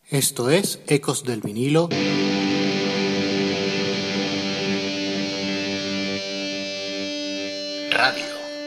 Esto es Ecos del Vinilo. Radio.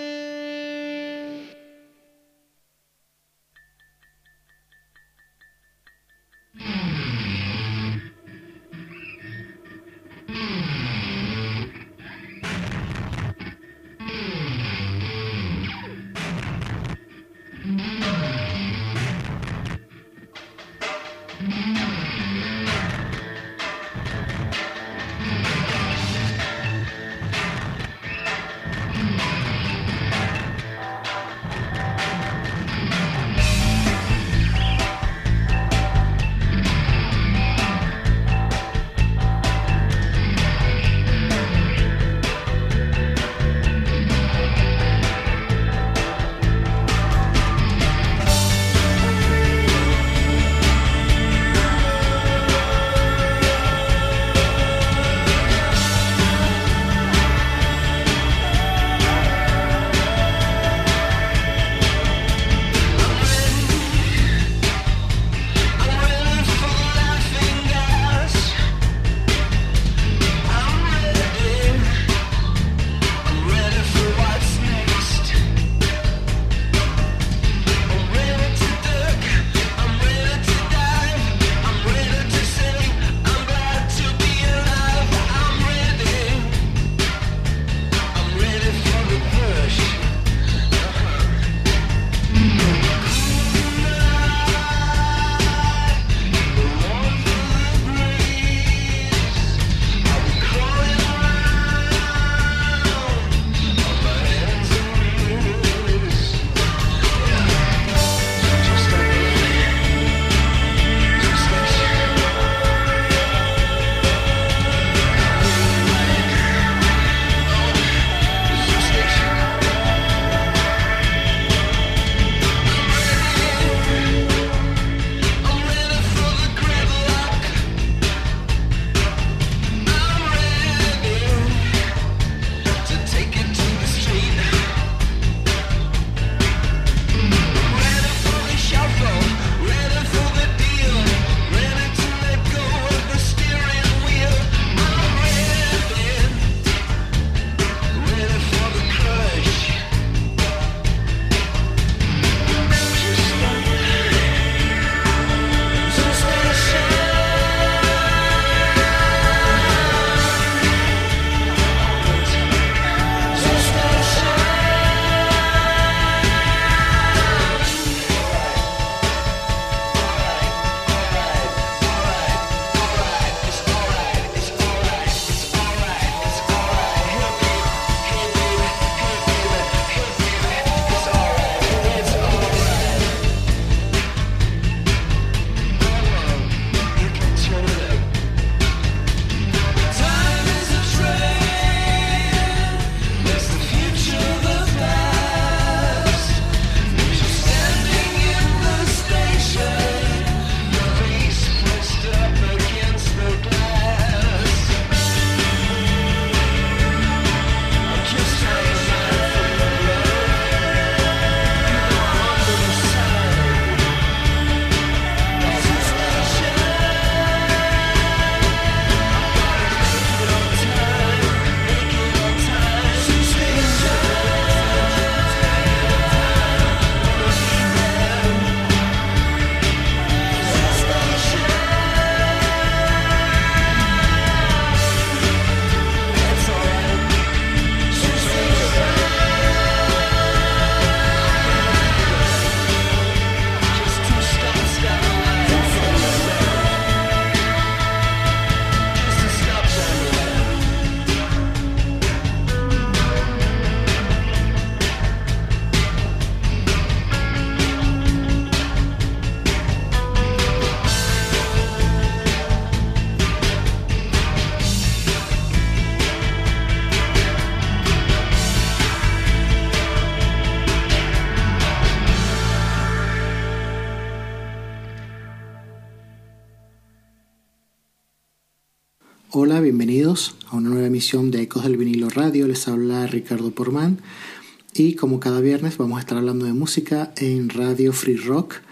Hola, bienvenidos a una nueva emisión de Ecos del Vinilo Radio. Les habla Ricardo Porman y como cada viernes vamos a estar hablando de música en Radio Free Rock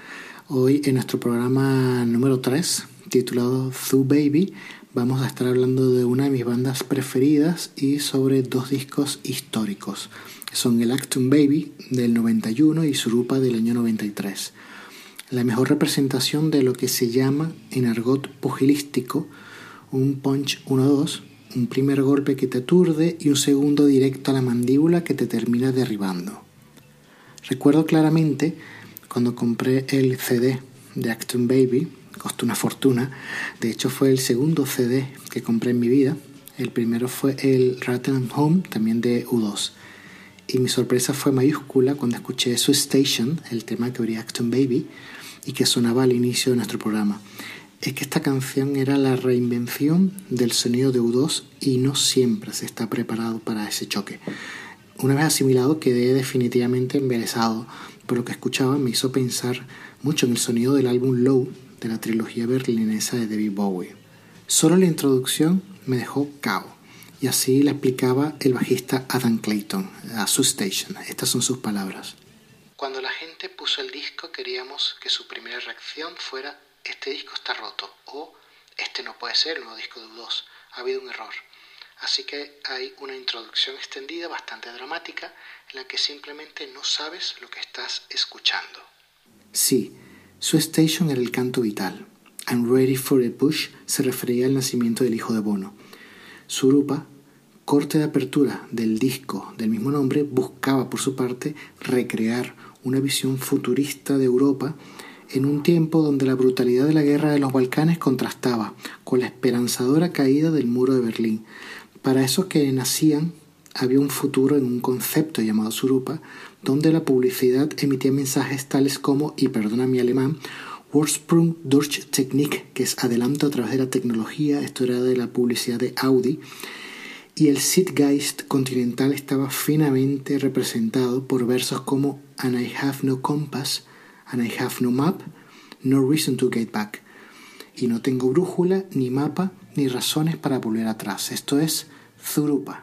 Hoy en nuestro programa número 3, titulado Zoo Baby, vamos a estar hablando de una de mis bandas preferidas y sobre dos discos históricos. Son el Achtung Baby del 91 y Surupa del año 93. La mejor representación de lo que se llama en argot pugilístico un punch 1-2, un primer golpe que te aturde y un segundo directo a la mandíbula que te termina derribando. Recuerdo claramente cuando compré el CD de Achtung Baby, costó una fortuna. De hecho fue el segundo CD que compré en mi vida. El primero fue el Rattle Home, también de U2. Y mi sorpresa fue mayúscula cuando escuché Su Station, el tema que abría Achtung Baby y que sonaba al inicio de nuestro programa. Es que esta canción era la reinvención del sonido de U2 y no siempre se está preparado para ese choque. Una vez asimilado quedé definitivamente embelesado por lo que escuchaba. Me hizo pensar mucho en el sonido del álbum Low de la trilogía berlinesa de David Bowie. Solo la introducción me dejó cao, y así la explicaba el bajista Adam Clayton a Su Station. Estas son sus palabras. Cuando la gente puso el disco queríamos que su primera reacción fuera: este disco está roto, o este no puede ser el nuevo disco de U2, ha habido un error. Así que hay una introducción extendida bastante dramática en la que simplemente no sabes lo que estás escuchando. Sí, Su Station era el canto vital. I'm Ready for a Push se refería al nacimiento del hijo de Bono. Surupa, corte de apertura del disco del mismo nombre, buscaba por su parte recrear una visión futurista de Europa en un tiempo donde la brutalidad de la guerra de los Balcanes contrastaba con la esperanzadora caída del muro de Berlín. Para esos que nacían había un futuro en un concepto llamado Surupa, donde la publicidad emitía mensajes tales como, y perdona mi alemán, Ursprung durch Technik, que es adelanto a través de la tecnología. Esto era de la publicidad de Audi. Y el Zeitgeist continental estaba finamente representado por versos como And I have no compass, and I have no map, no reason to get back. Y no tengo brújula, ni mapa, ni razones para volver atrás. Esto es Surupa.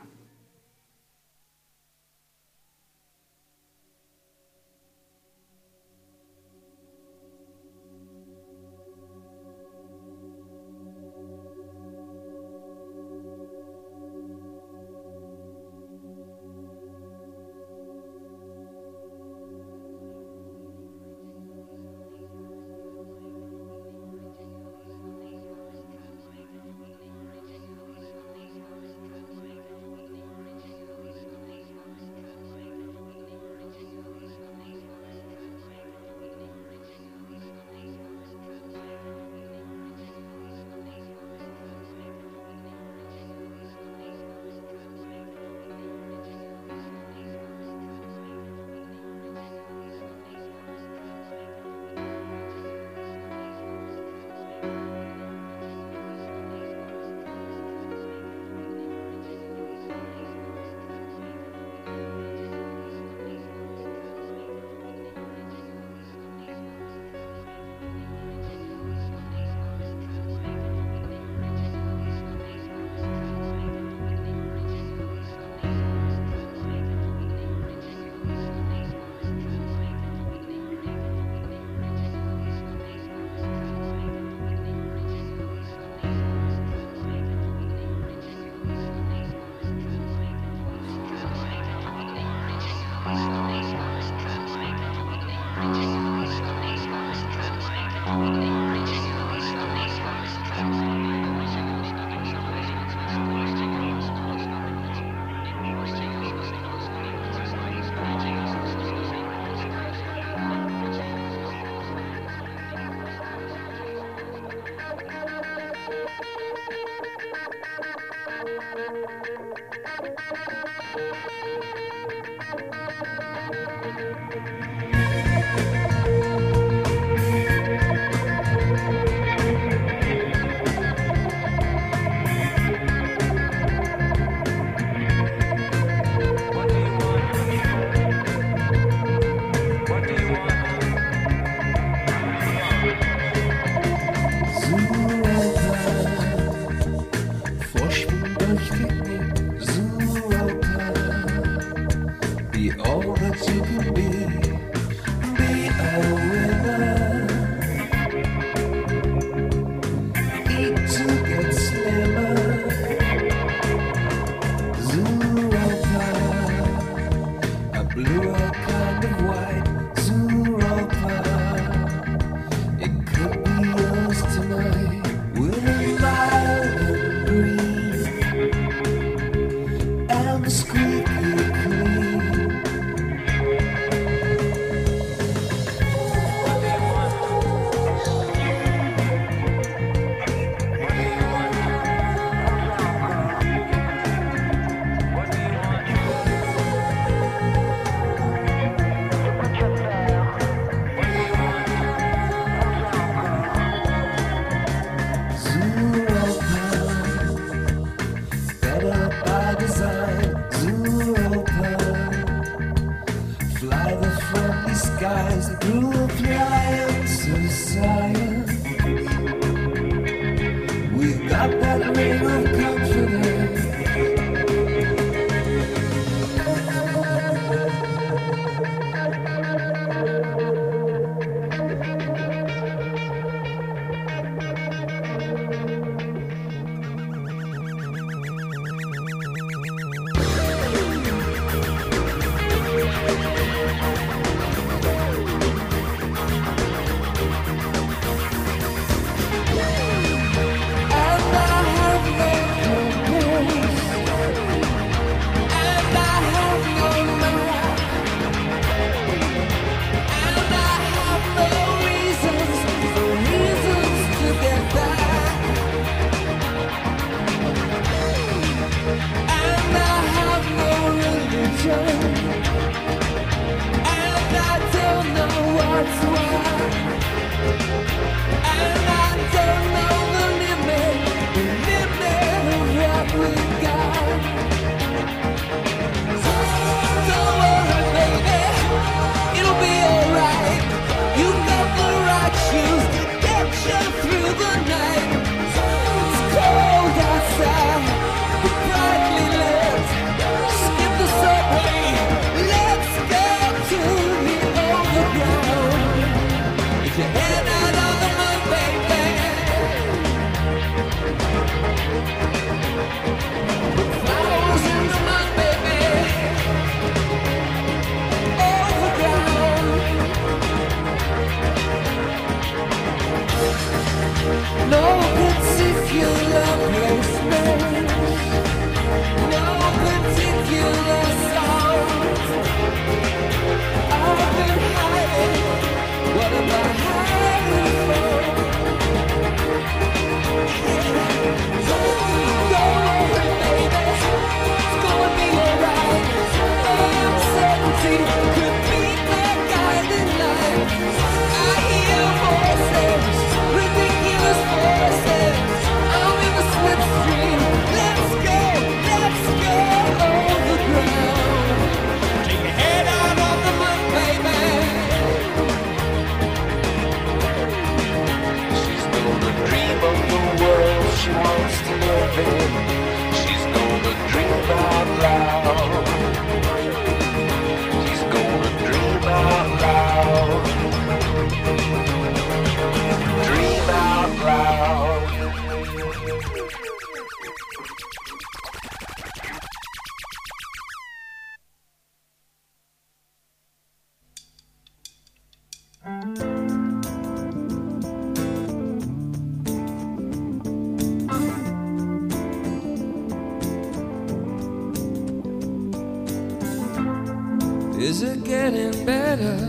Is it getting better?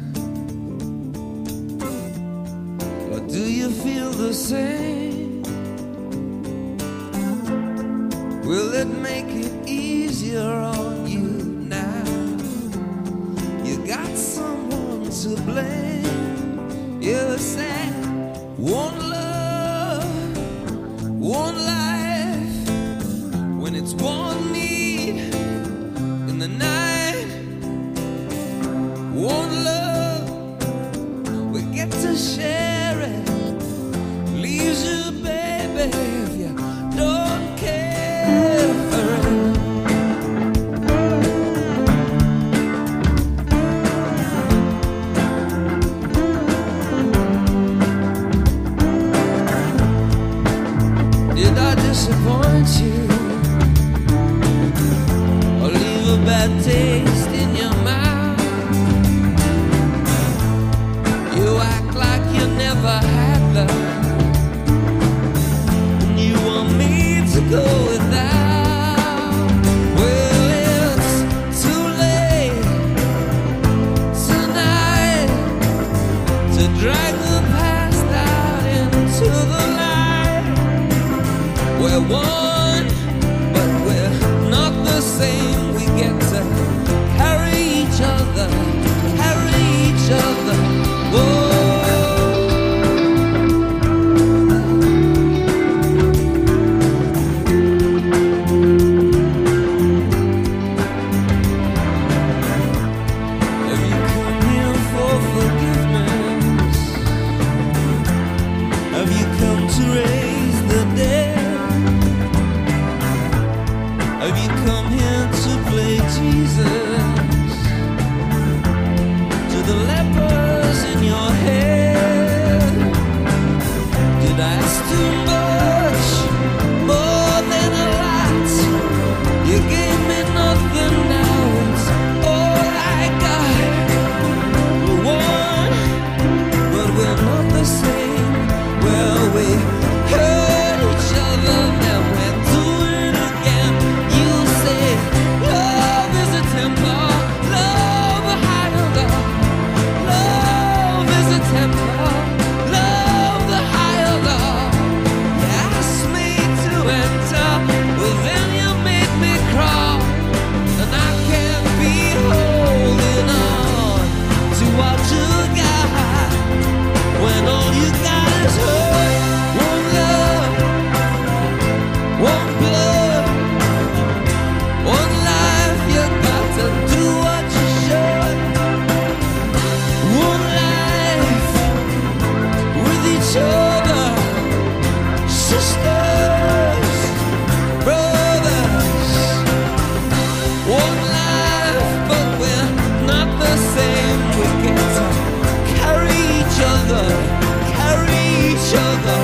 Or do you feel the same? Will it make it easier on you now? You got someone to blame. You said one love, one life, when it's one need in the night. One love, we get to share it. Leaves you, baby, if you don't care for it. Did I disappoint you? Or leave a bad taste in your mouth? You act like you never had love, and you want me to go without. Well, it's too late tonight to drag the past out into the light. We're one, but we're not the same. We get to carry each other, carry each other. Whoa. Have you come here for forgiveness? Have you come to raise the dead? other, sisters, brothers. One life, but we're not the same. We get to carry each other, carry each other.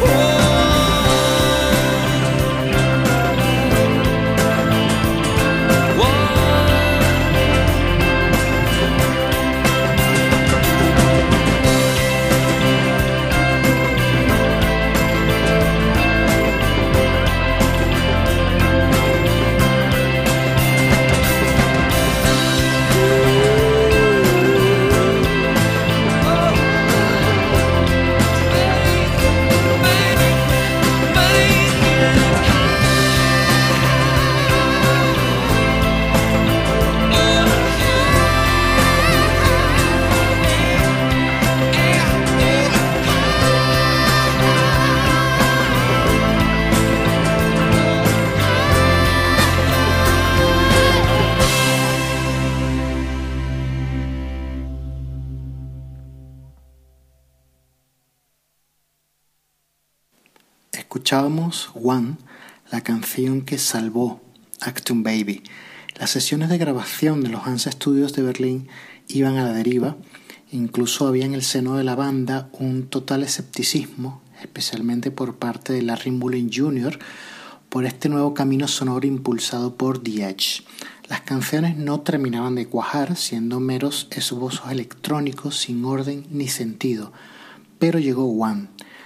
Escuchábamos One, la canción que salvó Achtung Baby. Las sesiones de grabación de los Hansa Studios de Berlín iban a la deriva. Incluso había en el seno de la banda un total escepticismo, especialmente por parte de Larry Mullen Jr., por este nuevo camino sonoro impulsado por The Edge. Las canciones no terminaban de cuajar, siendo meros esbozos electrónicos sin orden ni sentido. Pero llegó One,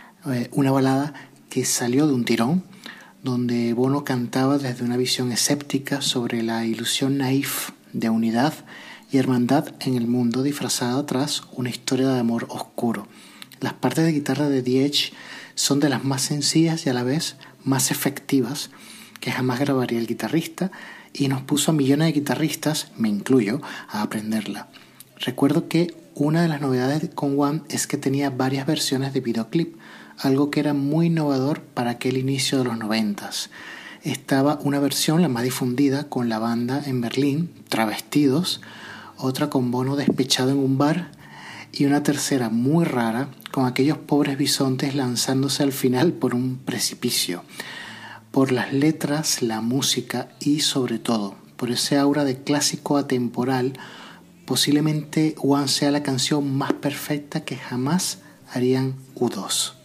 una balada que salió de un tirón, donde Bono cantaba desde una visión escéptica sobre la ilusión naif de unidad y hermandad en el mundo, disfrazada tras una historia de amor oscuro. Las partes de guitarra de The Edge son de las más sencillas y a la vez más efectivas que jamás grabaría el guitarrista, y nos puso a millones de guitarristas, me incluyo, a aprenderla. Recuerdo que una de las novedades con One es que tenía varias versiones de videoclip, algo que era muy innovador para aquel inicio de los 90s. Estaba una versión, la más difundida, con la banda en Berlín, travestidos, otra con Bono despechado en un bar y una tercera muy rara con aquellos pobres bisontes lanzándose al final por un precipicio. Por las letras, la música y sobre todo por ese aura de clásico atemporal, posiblemente One sea la canción más perfecta que jamás harían U2.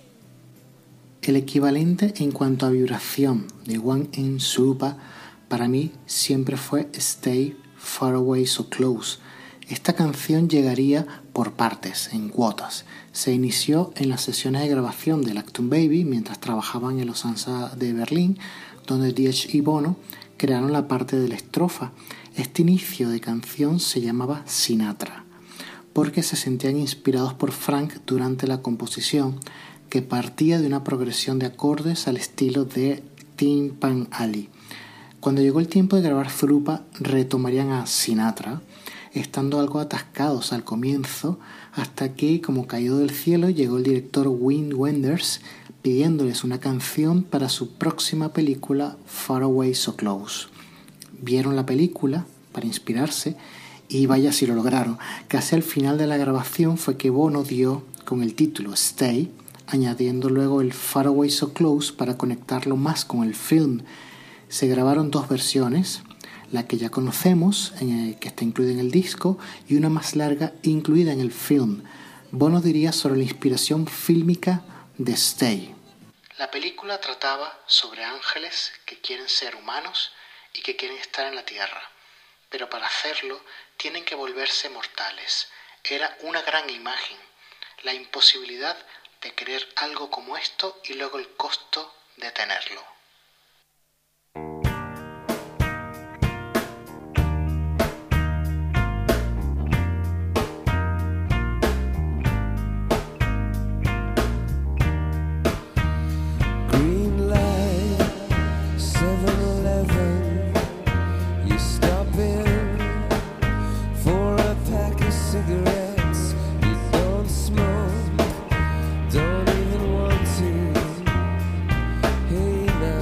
El equivalente en cuanto a vibración de One in Supa para mí siempre fue Stay Far Away So Close. Esta canción llegaría por partes, en cuotas. Se inició en las sesiones de grabación del Achtung Baby mientras trabajaban en los Hansa de Berlín, donde The Edge y Bono crearon la parte de la estrofa. Este inicio de canción se llamaba Sinatra, porque se sentían inspirados por Frank durante la composición, que partía de una progresión de acordes al estilo de Tin Pan Alley. Cuando llegó el tiempo de grabar Frupa, retomarían a Sinatra, estando algo atascados al comienzo, hasta que, como caído del cielo, llegó el director Wim Wenders pidiéndoles una canción para su próxima película Far Away So Close. Vieron la película para inspirarse y vaya si lo lograron. Casi al final de la grabación fue que Bono dio con el título Stay, añadiendo luego el Far Away So Close para conectarlo más con el film. Se grabaron dos versiones, la que ya conocemos, que está incluida en el disco, y una más larga incluida en el film. Bono diría sobre la inspiración fílmica de Stay. La película trataba sobre ángeles que quieren ser humanos y que quieren estar en la tierra, pero para hacerlo tienen que volverse mortales. Era una gran imagen, la imposibilidad de querer algo como esto y luego el costo de tenerlo. Don't even want to. Hey now.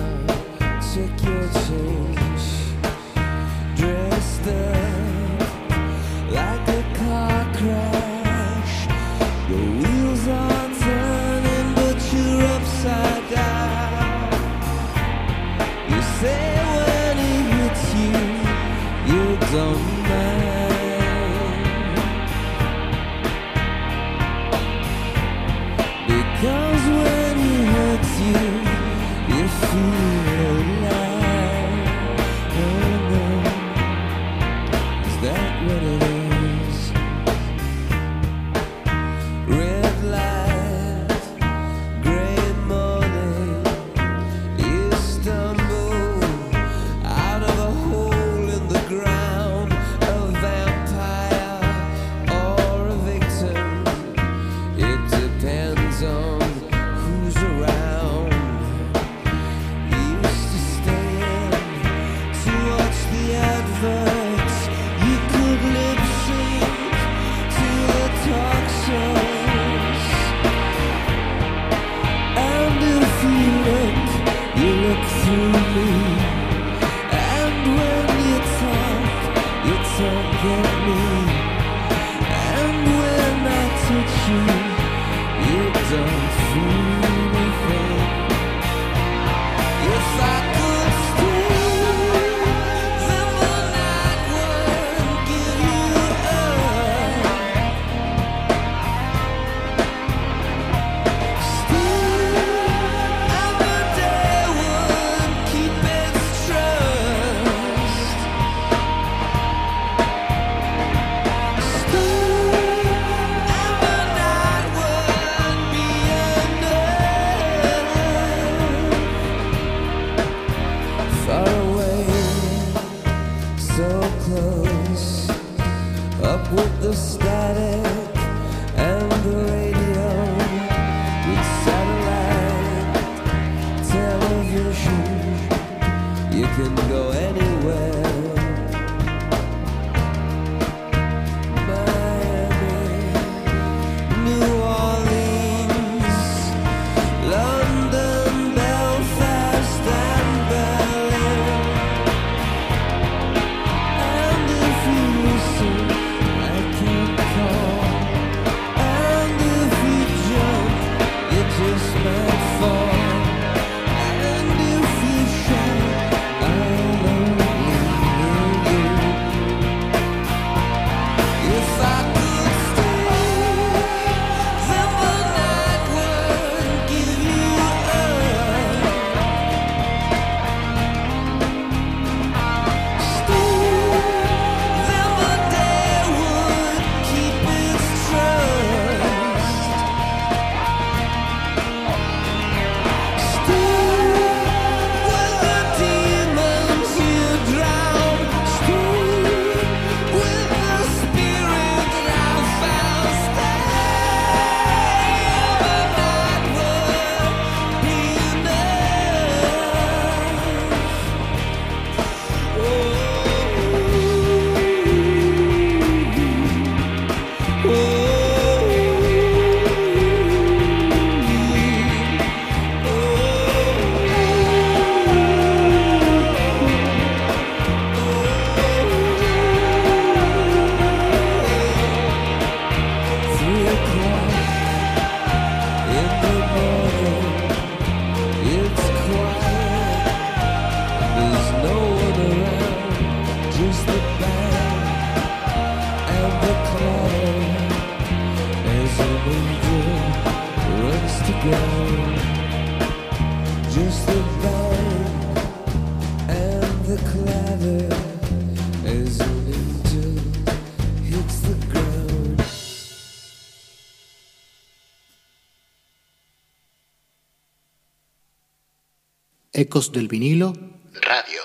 Ecos del vinilo Radio.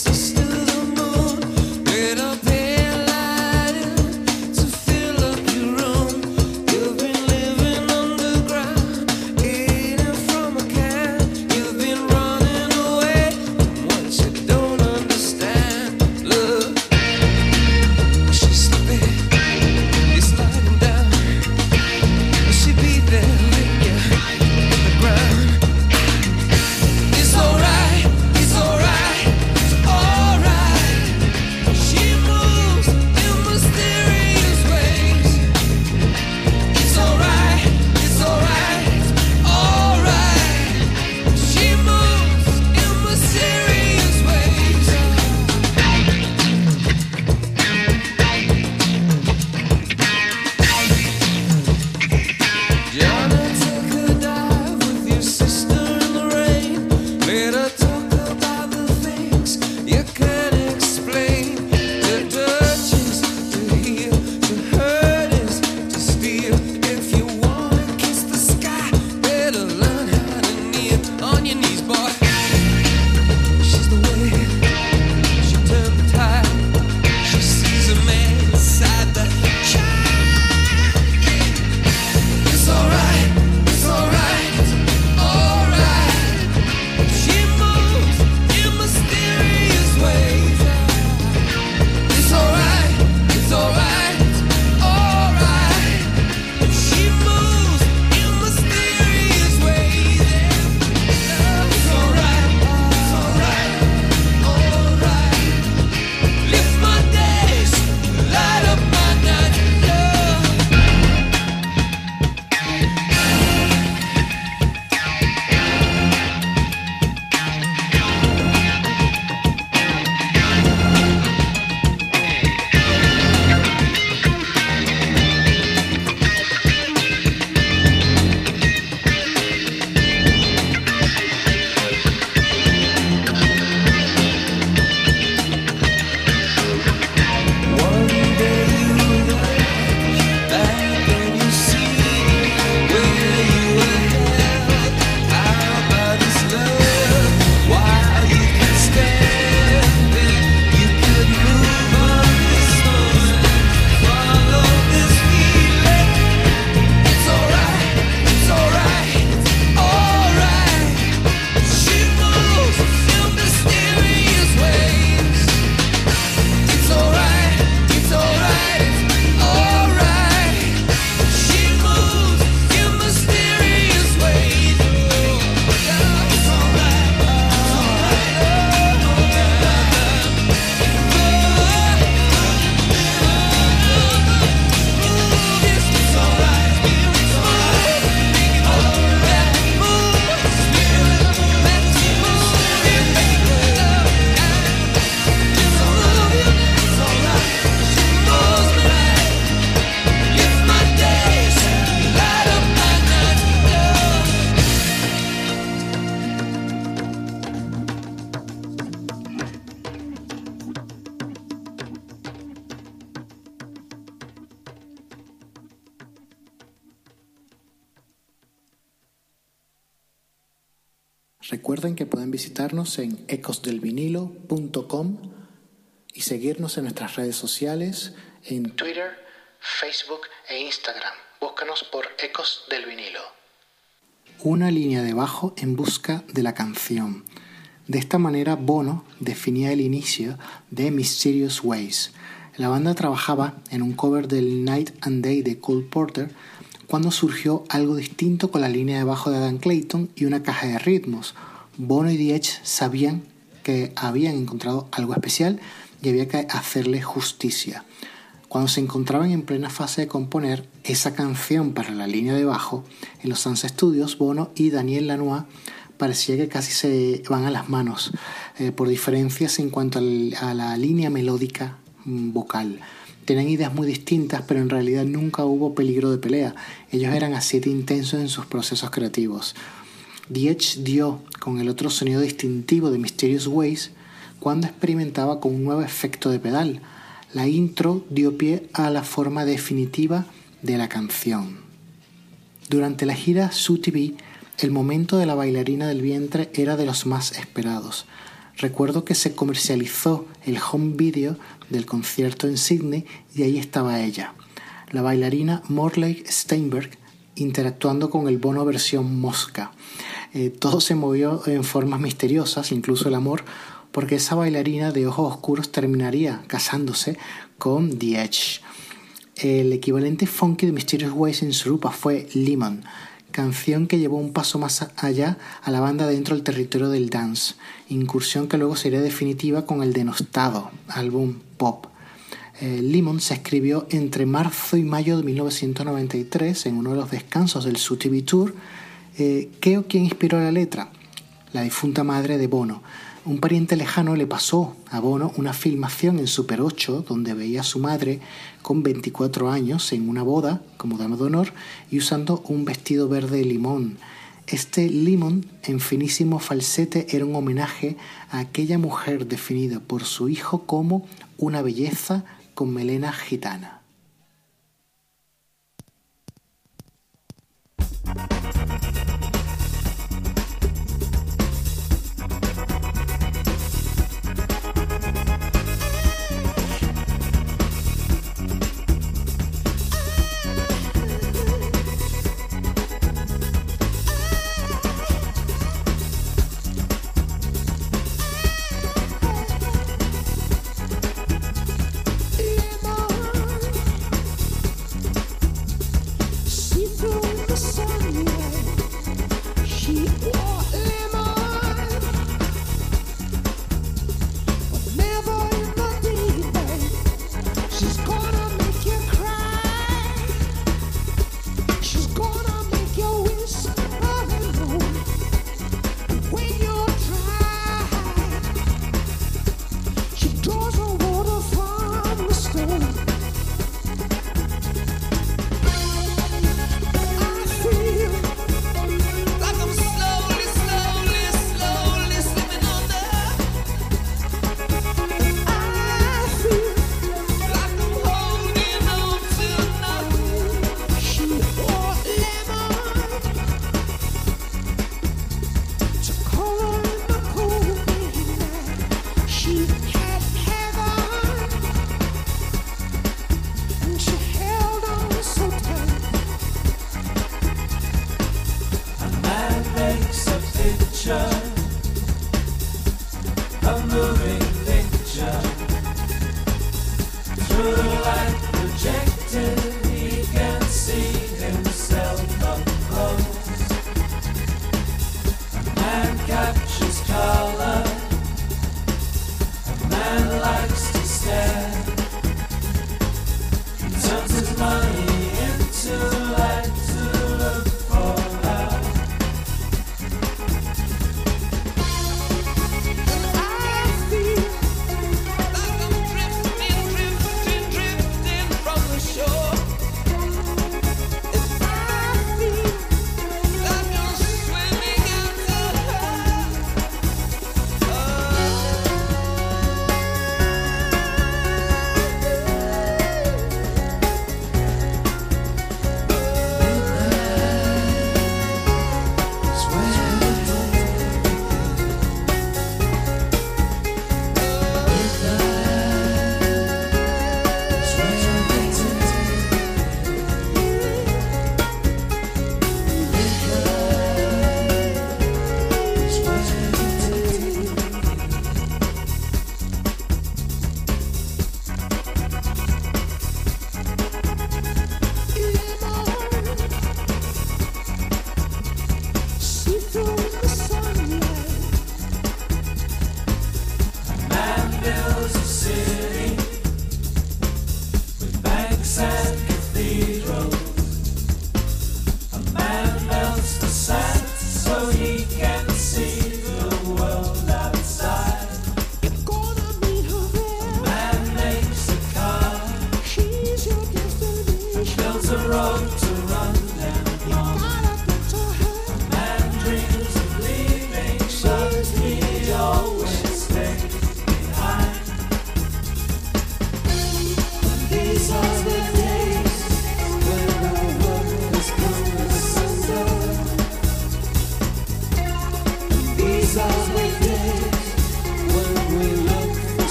Fill up your Recuerden que pueden visitarnos en ecosdelvinilo.com y seguirnos en nuestras redes sociales en Twitter, Facebook e Instagram. Búscanos por Ecos del Vinilo. Una línea de bajo en busca de la canción. De esta manera Bono definía el inicio de Mysterious Ways. La banda trabajaba en un cover del Night and Day de Cole Porter cuando surgió algo distinto con la línea de bajo de Adam Clayton y una caja de ritmos. Bono y The Edge sabían que habían encontrado algo especial y había que hacerle justicia. Cuando se encontraban en plena fase de componer esa canción para la línea de bajo, en los Sunset Studios, Bono y Daniel Lanois parecía que casi se van a las manos por diferencias en cuanto a la línea melódica vocal. Tenían ideas muy distintas, pero en realidad nunca hubo peligro de pelea. Ellos eran así de intensos en sus procesos creativos. The Edge dio con el otro sonido distintivo de Mysterious Ways cuando experimentaba con un nuevo efecto de pedal. La intro dio pie a la forma definitiva de la canción. Durante la gira Zoo TV, el momento de la bailarina del vientre era de los más esperados. Recuerdo que se comercializó el home video del concierto en Sydney y ahí estaba ella, la bailarina Morley Steinberg, interactuando con el Bono versión mosca. Todo se movió en formas misteriosas, incluso el amor, porque esa bailarina de ojos oscuros terminaría casándose con The Edge. El equivalente funky de Mysterious Ways en Surupa fue Lemon, canción que llevó un paso más allá a la banda dentro del territorio del dance, incursión que luego sería definitiva con el denostado álbum pop. Lemon se escribió entre marzo y mayo de 1993 en uno de los descansos del Zoo TV Tour. ¿Qué o quién inspiró la letra? La difunta madre de Bono. Un pariente lejano le pasó a Bono una filmación en Super 8 donde veía a su madre con 24 años en una boda como dama de honor y usando un vestido verde limón. Este limón en finísimo falsete era un homenaje a aquella mujer definida por su hijo como una belleza con melena gitana.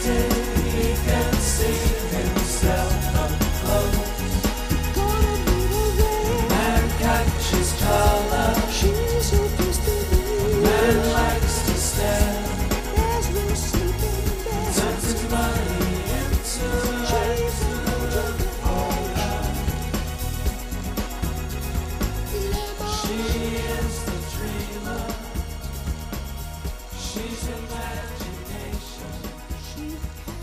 She's imagination. She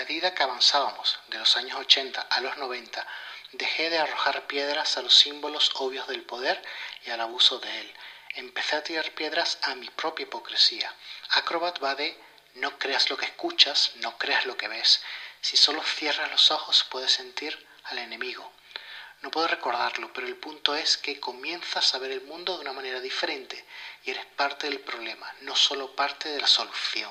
medida que avanzábamos de los años 80 a los 90, dejé de arrojar piedras a los símbolos obvios del poder y al abuso de él. Empecé a tirar piedras a mi propia hipocresía. Acrobat va de no creas lo que escuchas, no creas lo que ves. Si solo cierras los ojos puedes sentir al enemigo. No puedo recordarlo, pero el punto es que comienzas a ver el mundo de una manera diferente y eres parte del problema, no solo parte de la solución.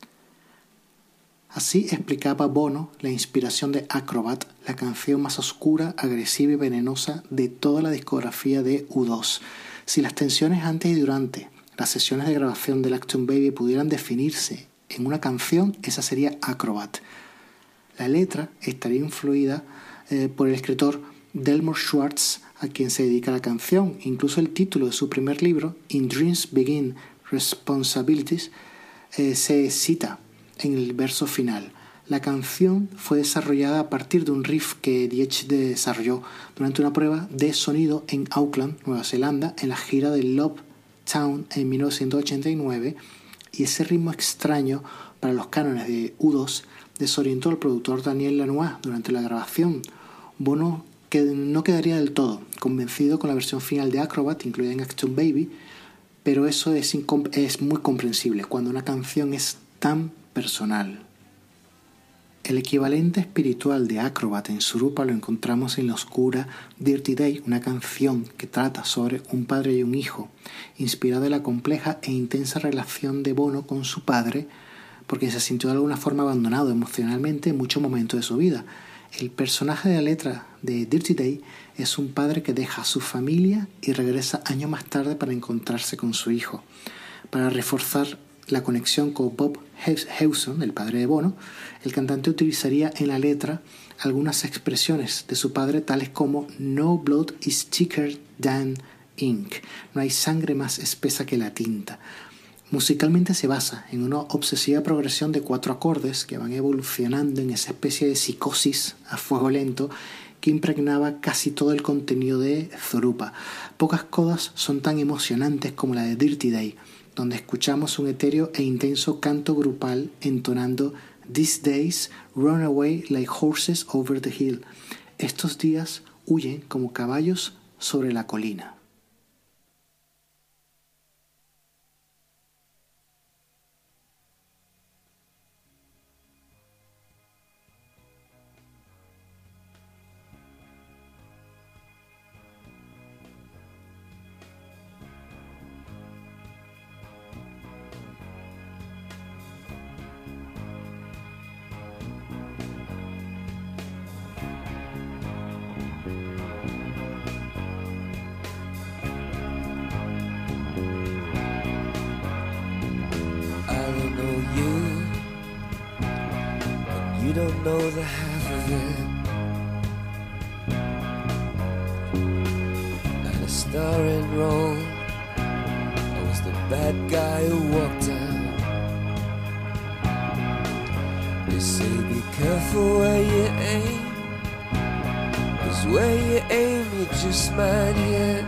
Así explicaba Bono la inspiración de Acrobat, la canción más oscura, agresiva y venenosa de toda la discografía de U2. Si las tensiones antes y durante las sesiones de grabación del Achtung Baby pudieran definirse en una canción, esa sería Acrobat. La letra estaría influida por el escritor Delmore Schwartz, a quien se dedica la canción. Incluso el título de su primer libro, In Dreams Begin Responsibilities, se cita en el verso final. La canción fue desarrollada a partir de un riff que Diech desarrolló durante una prueba de sonido en Auckland, Nueva Zelanda, en la gira de Love Town en 1989, y ese ritmo extraño para los cánones de U2 desorientó al productor Daniel Lanois durante la grabación. Bono no quedaría del todo convencido con la versión final de Acrobat, incluida en Achtung Baby, pero eso es muy comprensible cuando una canción es tan personal. El equivalente espiritual de Acrobat en Surupa lo encontramos en la oscura Dirty Day, una canción que trata sobre un padre y un hijo, inspirada en la compleja e intensa relación de Bono con su padre, porque se sintió de alguna forma abandonado emocionalmente en muchos momentos de su vida. El personaje de la letra de Dirty Day es un padre que deja a su familia y regresa años más tarde para encontrarse con su hijo. Para reforzar la conexión con Bob Hewson, el padre de Bono, el cantante utilizaría en la letra algunas expresiones de su padre, tales como "No blood is thicker than ink", no hay sangre más espesa que la tinta. Musicalmente se basa en una obsesiva progresión de 4 acordes que van evolucionando en esa especie de psicosis a fuego lento que impregnaba casi todo el contenido de Zorupa. Pocas codas son tan emocionantes como la de Dirty Day, donde escuchamos un etéreo e intenso canto grupal entonando "These days run away like horses over the hill". Estos días huyen como caballos sobre la colina. You don't know the half of it. At a starring role, I was the bad guy who walked out. They say be careful where you aim, 'cause where you aim you just might hit.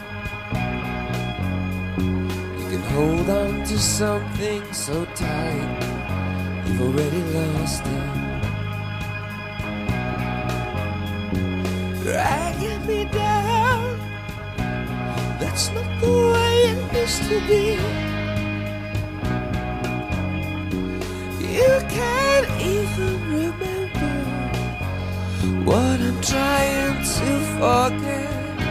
You can hold on to something so tight, you've already lost it. Dragging me down, that's not the way it used to be. You can't even remember what I'm trying to forget.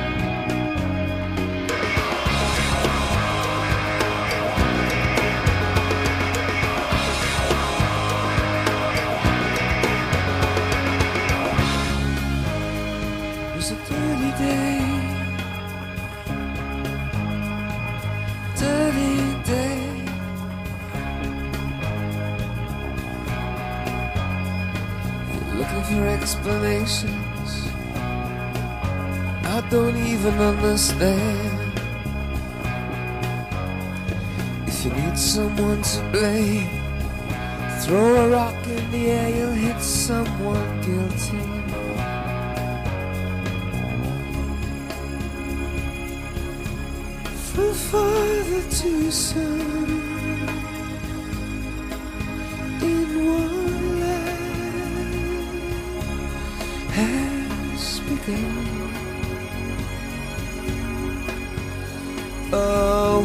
It was a dirty day, dirty day. Looking for explanations I don't even understand. If you need someone to blame, throw a rock in the air, you'll hit someone guilty. From father to son, in one land. thing. A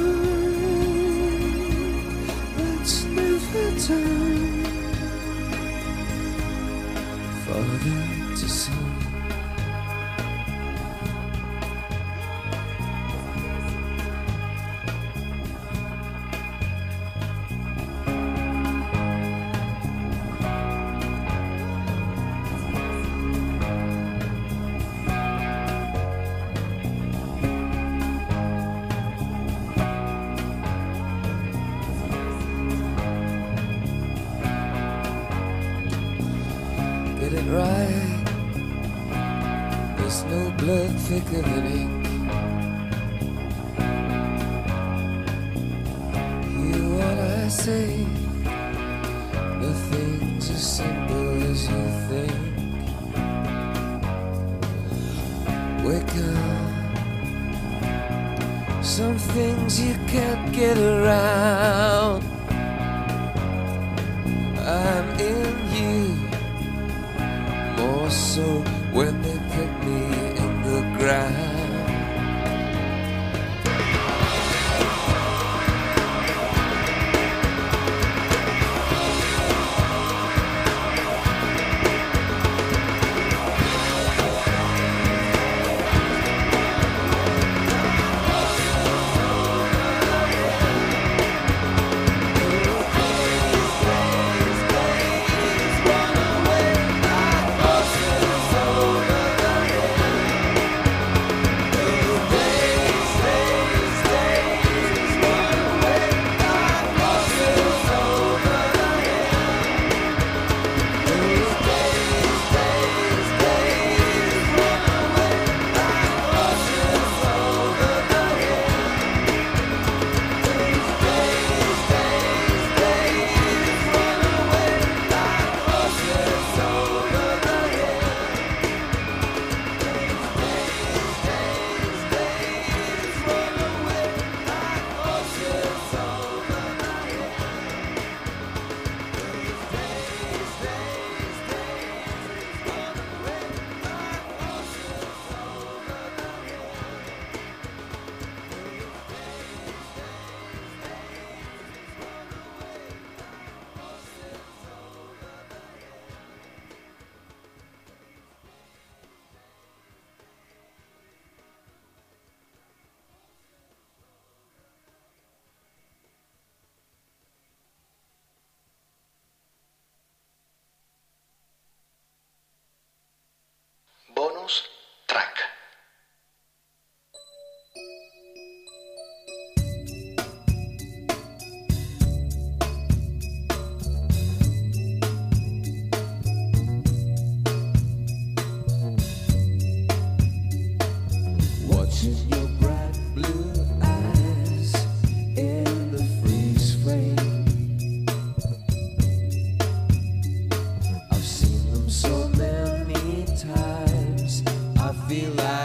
world that's never done for them to see. Get it right. There's no blood thicker than ink. Hear what I say. Nothing's as simple as you think. Wake up. Some things you can't get around. I'm in you. More so when they put me in the ground. Bonus track. Watching your bright blue eyes in the freeze frame. I've seen them so many times. I feel like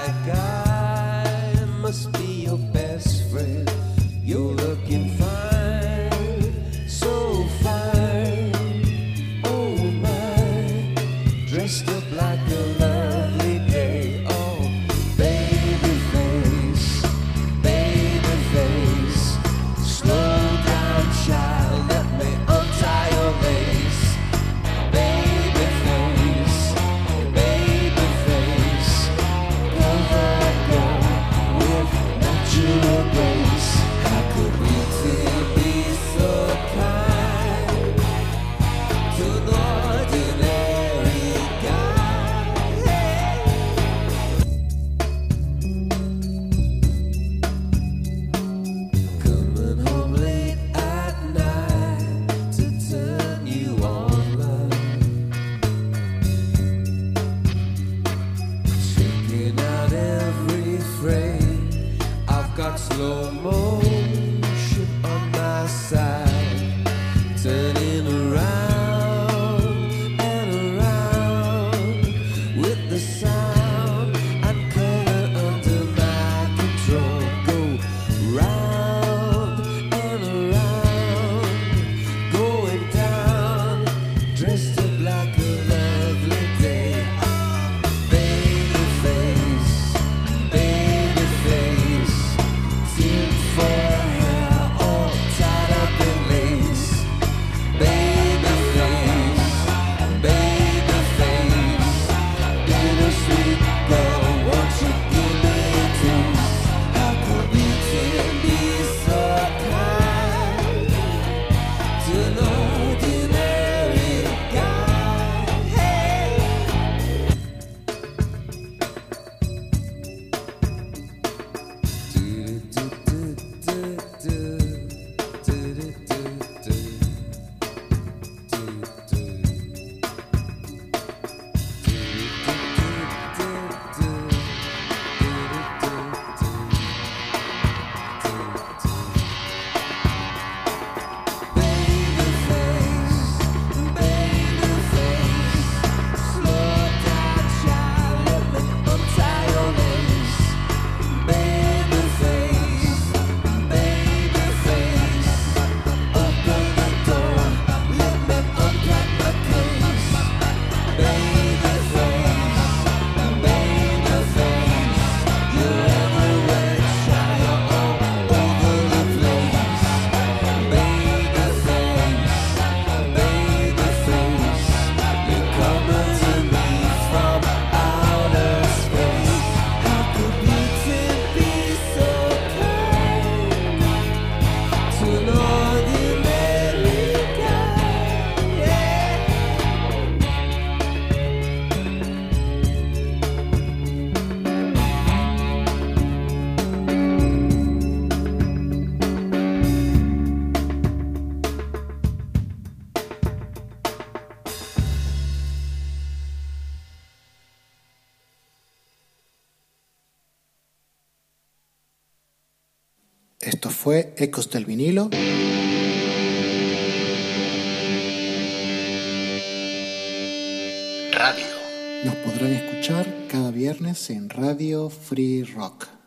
Esto fue Ecos del Vinilo. Radio. Nos podrán escuchar cada viernes en Radio Free Rock.